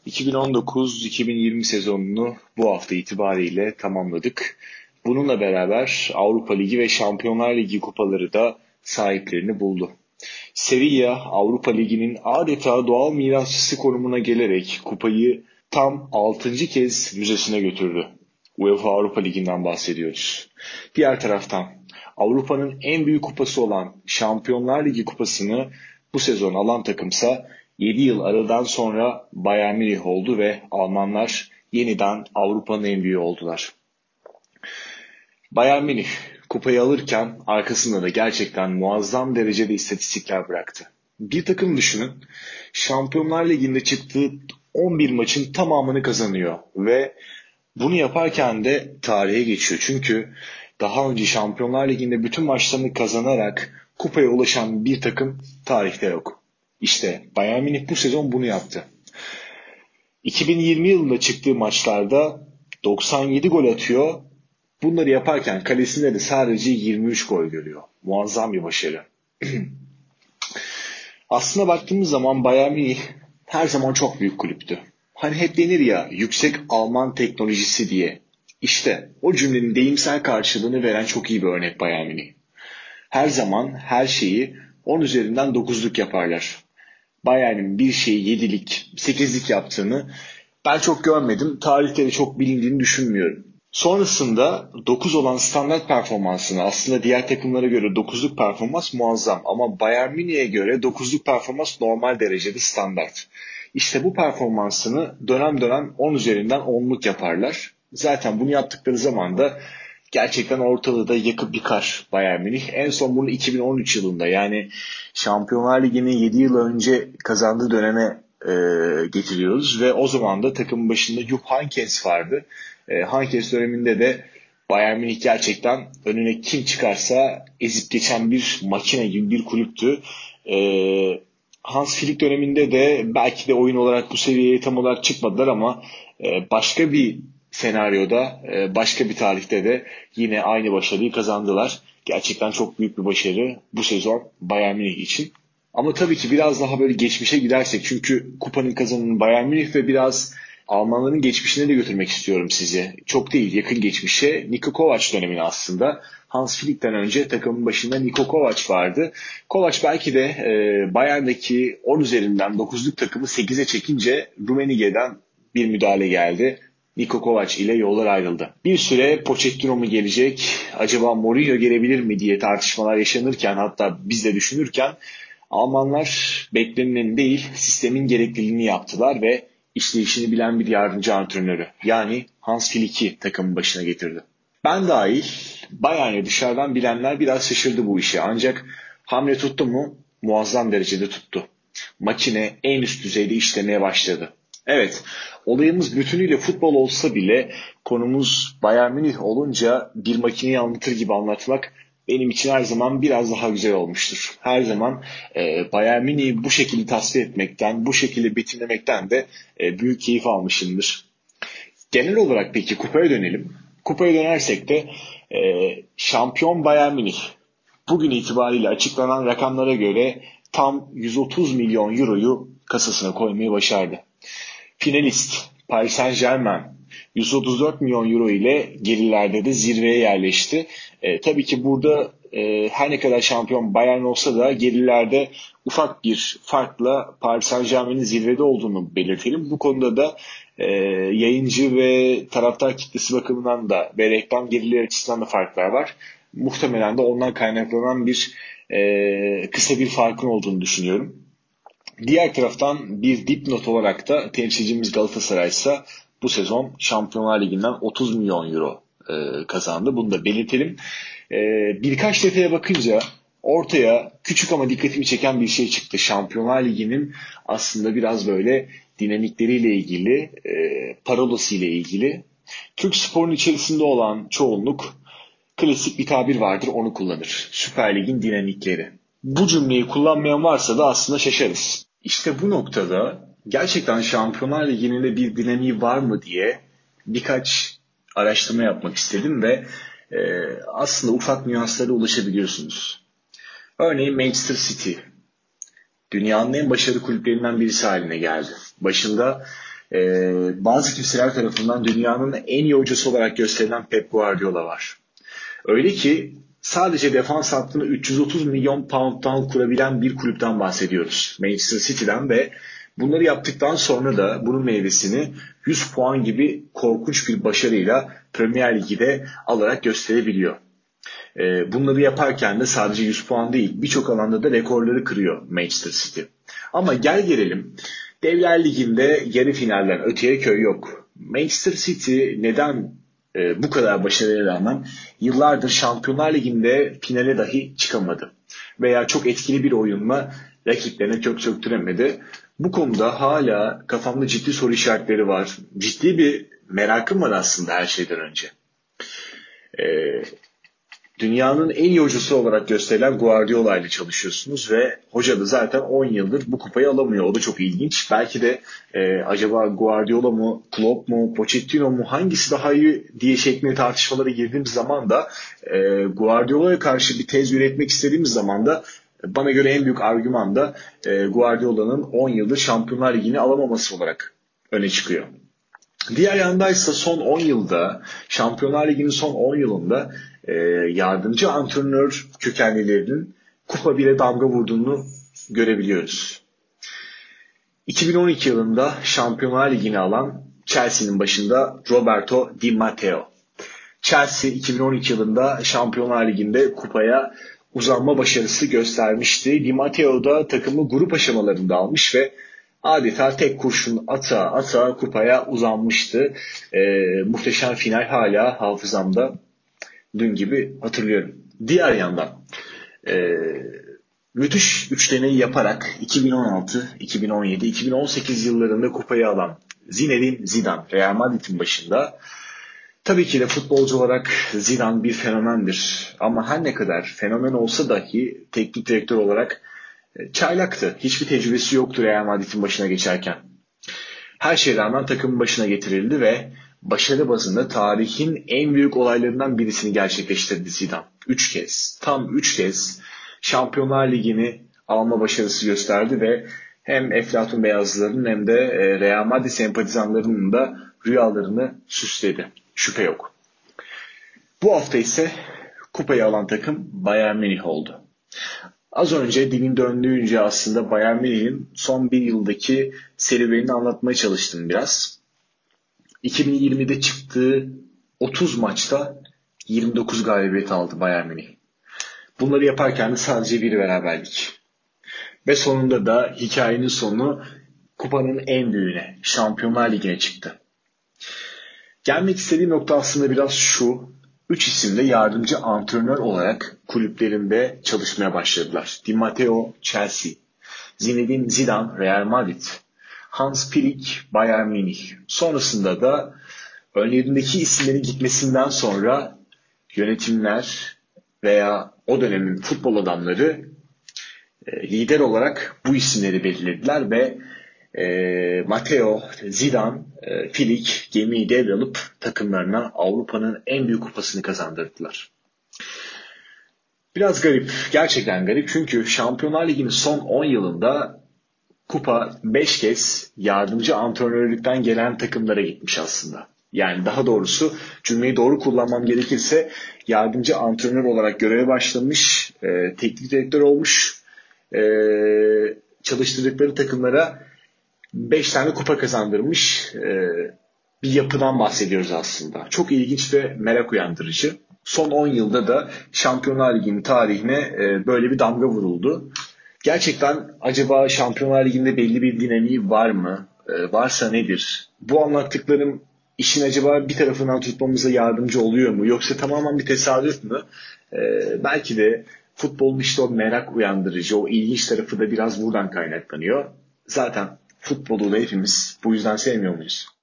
2019-2020 sezonunu bu hafta itibariyle tamamladık. Bununla beraber Avrupa Ligi ve Şampiyonlar Ligi kupaları da sahiplerini buldu. Sevilla Avrupa Ligi'nin adeta doğal mirasçısı konumuna gelerek kupayı tam 6. kez müzesine götürdü. UEFA Avrupa Ligi'nden bahsediyoruz. Diğer taraftan Avrupa'nın en büyük kupası olan Şampiyonlar Ligi kupasını bu sezon alan takımsa 7 yıl aradan sonra Bayern Münih oldu ve Almanlar yeniden Avrupa'nın en büyüğü oldular. Bayern Münih kupayı alırken arkasında da gerçekten muazzam derecede istatistikler bıraktı. Bir takım düşünün, Şampiyonlar Ligi'nde çıktığı 11 maçın tamamını kazanıyor ve bunu yaparken de tarihe geçiyor. Çünkü daha önce Şampiyonlar Ligi'nde bütün maçlarını kazanarak kupaya ulaşan bir takım tarihte yok. İşte Bayern Münih bu sezon bunu yaptı. 2020 yılında çıktığı maçlarda 97 gol atıyor. Bunları yaparken kalesinde de sadece 23 gol görüyor. Muazzam bir başarı. Aslına baktığımız zaman Bayern Münih her zaman çok büyük kulüptü. Hani hep denir ya yüksek Alman teknolojisi diye. İşte o cümlenin deyimsel karşılığını veren çok iyi bir örnek Bayern Münih. Her zaman her şeyi 10 üzerinden 9'luk yaparlar. Bayern'in bir şeyi 7'lik, 8'lik yaptığını ben çok görmedim. Tarihte de çok bilindiğini düşünmüyorum. Sonrasında 9 olan standart performansını aslında diğer takımlara göre 9'luk performans muazzam ama Bayern Münih'e göre 9'luk performans normal derecede standart. İşte bu performansını dönem dönem 10 üzerinden 10'luk yaparlar. Zaten bunu yaptıkları zaman da gerçekten ortalığı da yakıp yıkar Bayern Münih. En son bunu 2013 yılında yani Şampiyonlar Ligi'nin 7 yıl önce kazandığı döneme getiriyoruz ve o zaman da takımın başında Jupp Heynckes vardı. Heynckes döneminde de Bayern Münih gerçekten önüne kim çıkarsa ezip geçen bir makine gibi bir kulüptü. Hans Flick döneminde de belki de oyun olarak bu seviyeye tam olarak çıkmadılar ama başka bir senaryoda, başka bir tarihte de yine aynı başarıyı kazandılar. Gerçekten çok büyük bir başarı bu sezon Bayern Münih için. Ama tabii ki biraz daha böyle geçmişe gidersek çünkü kupanın kazananı Bayern Münih ve biraz Almanların geçmişine de götürmek istiyorum sizi. Çok değil yakın geçmişe Niko Kovac dönemine aslında. Hans Flick'ten önce takımın başında Niko Kovac vardı. Kovac belki de Bayern'deki 10 üzerinden 9'luk takımı 8'e çekince Rummenigge'den bir müdahale geldi. Niko Kovac ile yollar ayrıldı. Bir süre Pochettino mu gelecek, acaba Mourinho gelebilir mi diye tartışmalar yaşanırken hatta biz de düşünürken Almanlar beklenenin değil sistemin gerekliliğini yaptılar ve işleyişini bilen bir yardımcı antrenörü yani Hans Flick'i takımın başına getirdi. Ben dahil Bayern'i dışarıdan bilenler biraz şaşırdı bu işe ancak hamle tuttu mu muazzam derecede tuttu. Makine en üst düzeyde işlemeye başladı. Evet, olayımız bütünüyle futbol olsa bile konumuz Bayern Münih olunca bir makineyi anlatır gibi anlatmak benim için her zaman biraz daha güzel olmuştur. Her zaman Bayern Münih'i bu şekilde tasvir etmekten, bu şekilde betimlemekten de büyük keyif almışımdır. Genel olarak peki kupaya dönelim. Kupaya dönersek de şampiyon Bayern Münih bugün itibariyle açıklanan rakamlara göre tam 130 milyon euroyu kasasına koymayı başardı. Finalist Paris Saint-Germain 134 milyon euro ile gerilerde de zirveye yerleşti. Tabii ki burada her ne kadar şampiyon Bayern olsa da gerilerde ufak bir farkla Paris Saint-Germain'in zirvede olduğunu belirtelim. Bu konuda da yayıncı ve taraftar kitlesi bakımından da ve reklam gelirleri açısından da farklar var. Muhtemelen de ondan kaynaklanan bir kısa bir farkın olduğunu düşünüyorum. Diğer taraftan bir dipnot olarak da temsilcimiz Galatasaray ise bu sezon Şampiyonlar Ligi'nden 30 milyon euro kazandı. Bunu da belirtelim. Birkaç detaya bakınca ortaya küçük ama dikkatimi çeken bir şey çıktı. Şampiyonlar Ligi'nin aslında biraz böyle dinamikleriyle ilgili, parolası ile ilgili. Türk sporun içerisinde olan çoğunluk klasik bir tabir vardır, onu kullanır. Süper Lig'in dinamikleri. Bu cümleyi kullanmayan varsa da aslında şaşarız. İşte bu noktada gerçekten Şampiyonlar Ligi'nin de bir dinamiği var mı diye birkaç araştırma yapmak istedim ve aslında ufak nüanslara ulaşabiliyorsunuz. Örneğin Manchester City dünyanın en başarılı kulüplerinden birisi haline geldi. Başında bazı kimseler tarafından dünyanın en iyi hocası olarak gösterilen Pep Guardiola var. Öyle ki sadece defans hattını 330 milyon pound'dan kurabilen bir kulüpten bahsediyoruz. Manchester City'den ve bunları yaptıktan sonra da bunun meyvesini 100 puan gibi korkunç bir başarıyla Premier Lig'de alarak gösterebiliyor. Bunları yaparken de sadece 100 puan değil, birçok alanda da rekorları kırıyor Manchester City. Ama gel gelelim, Devler Ligi'nde yarı finalden öteye köy yok. Manchester City neden bu kadar başarıya rağmen yıllardır Şampiyonlar Ligi'nde finale dahi çıkamadı? Veya çok etkili bir oyunla rakiplerine kök söktüremedi. Bu konuda hala kafamda ciddi soru işaretleri var. Ciddi bir merakım var aslında her şeyden önce. Dünyanın en iyi hocası olarak gösterilen Guardiola ile çalışıyorsunuz ve hoca da zaten 10 yıldır bu kupayı alamıyor. O da çok ilginç. Belki de acaba Guardiola mı, Klopp mu, Pochettino mu hangisi daha iyi diye şeklinde tartışmalara girdiğimiz zaman da Guardiola'ya karşı bir tez üretmek istediğimiz zaman da bana göre en büyük argüman da Guardiola'nın 10 yıldır Şampiyonlar Ligi'ni alamaması olarak öne çıkıyor. Diğer yandaysa son 10 yılda, Şampiyonlar Ligi'nin son 10 yılında yardımcı antrenör kökenlilerinin Kupa 1'e damga vurduğunu görebiliyoruz. 2012 yılında Şampiyonlar Ligi'ni alan Chelsea'nin başında Roberto Di Matteo. Chelsea 2012 yılında Şampiyonlar Ligi'nde kupaya uzanma başarısı göstermişti. Di Matteo da takımı grup aşamalarında almış ve adeta tek kurşun ata kupaya uzanmıştı. Muhteşem final hala hafızamda, dün gibi hatırlıyorum. Diğer yandan müthiş üçlemeyi yaparak 2016, 2017, 2018 yıllarında kupayı alan Zinedine Zidane Real Madrid'in başında. Tabii ki de futbolcu olarak Zidane bir fenomendir. Ama her ne kadar fenomen olsa dahi teknik direktör olarak çaylaktı. Hiçbir tecrübesi yoktu Real Madrid'in başına geçerken. Her şeye rağmen takımın başına getirildi ve başarı bazında tarihin en büyük olaylarından birisini gerçekleştirdi Zidane. Tam 3 kez Şampiyonlar Ligi'ni alma başarısı gösterdi ve hem Eflatun Beyazlıların hem de Real Madrid sempatizanlarının da rüyalarını süsledi. Şüphe yok. Bu hafta ise kupayı alan takım Bayern Münih oldu. Az önce dilin döndüğünce aslında Bayern Münih'in son bir yıldaki serüvenini anlatmaya çalıştım biraz. 2020'de çıktığı 30 maçta 29 galibiyet aldı Bayern Münih. Bunları yaparken de sadece bir beraberlik. Ve sonunda da hikayenin sonu kupanın en büyüğüne, Şampiyonlar Ligi'ne çıktı. Gelmek istediğim nokta aslında biraz şu. 3 isimde yardımcı antrenör olarak kulüplerinde çalışmaya başladılar. Di Matteo Chelsea, Zinedine Zidane Real Madrid, Hans Flick Bayern Münih. Sonrasında da önlerindeki isimlerin gitmesinden sonra yönetimler veya o dönemin futbol adamları lider olarak bu isimleri belirlediler ve Matteo, Zidane, Flick gemiyi devralıp takımlarına Avrupa'nın en büyük kupasını kazandırdılar. Biraz garip, gerçekten garip çünkü Şampiyonlar Ligi'nin son 10 yılında kupa 5 kez yardımcı antrenörlükten gelen takımlara gitmiş aslında. Yani daha doğrusu cümleyi doğru kullanmam gerekirse yardımcı antrenör olarak göreve başlamış, teknik direktör olmuş, çalıştırdıkları takımlara 5 tane kupa kazandırmış bir yapıdan bahsediyoruz aslında. Çok ilginç ve merak uyandırıcı. Son 10 yılda da Şampiyonlar Ligi'nin tarihine böyle bir damga vuruldu. Gerçekten acaba Şampiyonlar Ligi'nde belli bir dinamiği var mı? Varsa nedir? Bu anlattıklarım işin acaba bir tarafından tutmamıza yardımcı oluyor mu? Yoksa tamamen bir tesadüf mü? Belki de futbolun işte o merak uyandırıcı, o ilginç tarafı da biraz buradan kaynaklanıyor. Zaten futbolu da hepimiz bu yüzden sevmiyor muyuz?